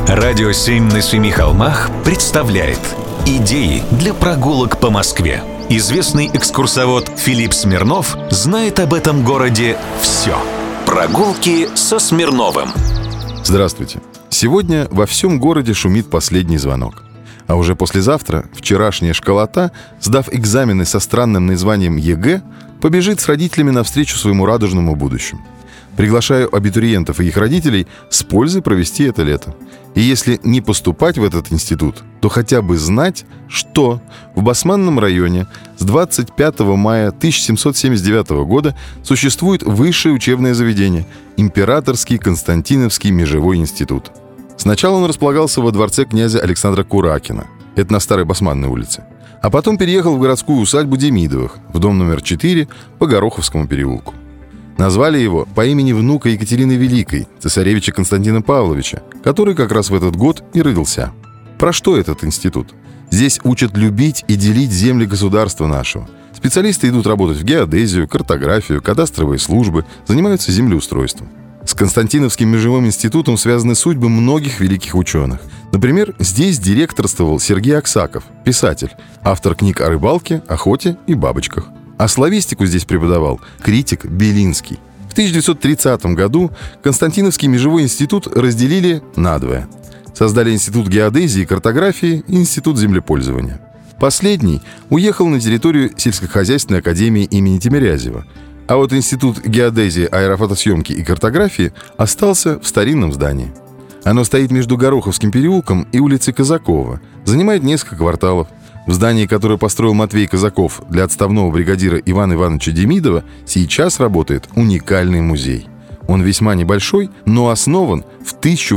Радио 7 на семи холмах представляет идеи для прогулок по Москве. Известный экскурсовод Филипп Смирнов знает об этом городе все. Прогулки со Смирновым. Здравствуйте. Сегодня во всем городе шумит последний звонок. А уже послезавтра вчерашняя школота, сдав экзамены со странным названием ЕГЭ, побежит с родителями навстречу своему радужному будущему. Приглашаю абитуриентов и их родителей с пользой провести это лето. И если не поступать в этот институт, то хотя бы знать, что в Басманном районе с 25 мая 1779 года существует высшее учебное заведение – Императорский Константиновский межевой институт. Сначала он располагался во дворце князя Александра Куракина, это на Старой Басманной улице, а потом переехал в городскую усадьбу Демидовых, в дом номер 4 по Гороховскому переулку. Назвали его по имени внука Екатерины Великой, цесаревича Константина Павловича, который как раз в этот год и родился. Про что этот институт? Здесь учат любить и делить земли государства нашего. Специалисты идут работать в геодезию, картографию, кадастровые службы, занимаются землеустройством. С Константиновским межевым институтом связаны судьбы многих великих ученых. Например, здесь директорствовал Сергей Аксаков, писатель, автор книг о рыбалке, охоте и бабочках. А славистику здесь преподавал критик Белинский. В 1930 году Константиновский межевой институт разделили надвое. Создали институт геодезии и картографии и институт землепользования. Последний уехал на территорию сельскохозяйственной академии имени Тимирязева. А вот институт геодезии, аэрофотосъемки и картографии остался в старинном здании. Оно стоит между Гороховским переулком и улицей Казакова, занимает несколько кварталов. В здании, которое построил Матвей Казаков для отставного бригадира Ивана Ивановича Демидова, сейчас работает уникальный музей. Он весьма небольшой, но основан в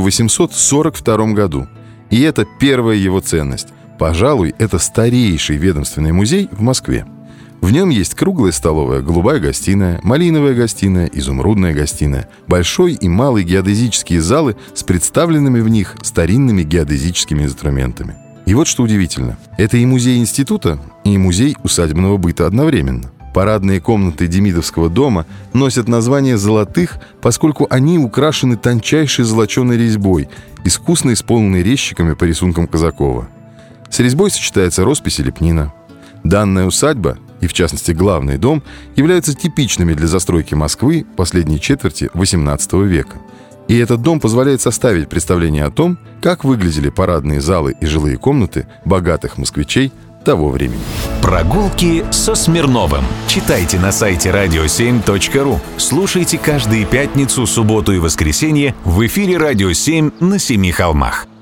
1842 году. И это первая его ценность. Пожалуй, это старейший ведомственный музей в Москве. В нем есть круглая столовая, голубая гостиная, малиновая гостиная, изумрудная гостиная, большой и малый геодезические залы с представленными в них старинными геодезическими инструментами. И вот что удивительно. Это и музей института, и музей усадебного быта одновременно. Парадные комнаты Демидовского дома носят название «золотых», поскольку они украшены тончайшей золоченой резьбой, искусно исполненной резчиками по рисункам Казакова. С резьбой сочетается роспись и лепнина. Данная усадьба, и в частности главный дом, являются типичными для застройки Москвы последней четверти XVIII века. И этот дом позволяет составить представление о том, как выглядели парадные залы и жилые комнаты богатых москвичей того времени. Прогулки со Смирновым. Читайте на сайте radio7.ru. Слушайте каждые пятницу, субботу и воскресенье в эфире «Радио 7» на Семи холмах.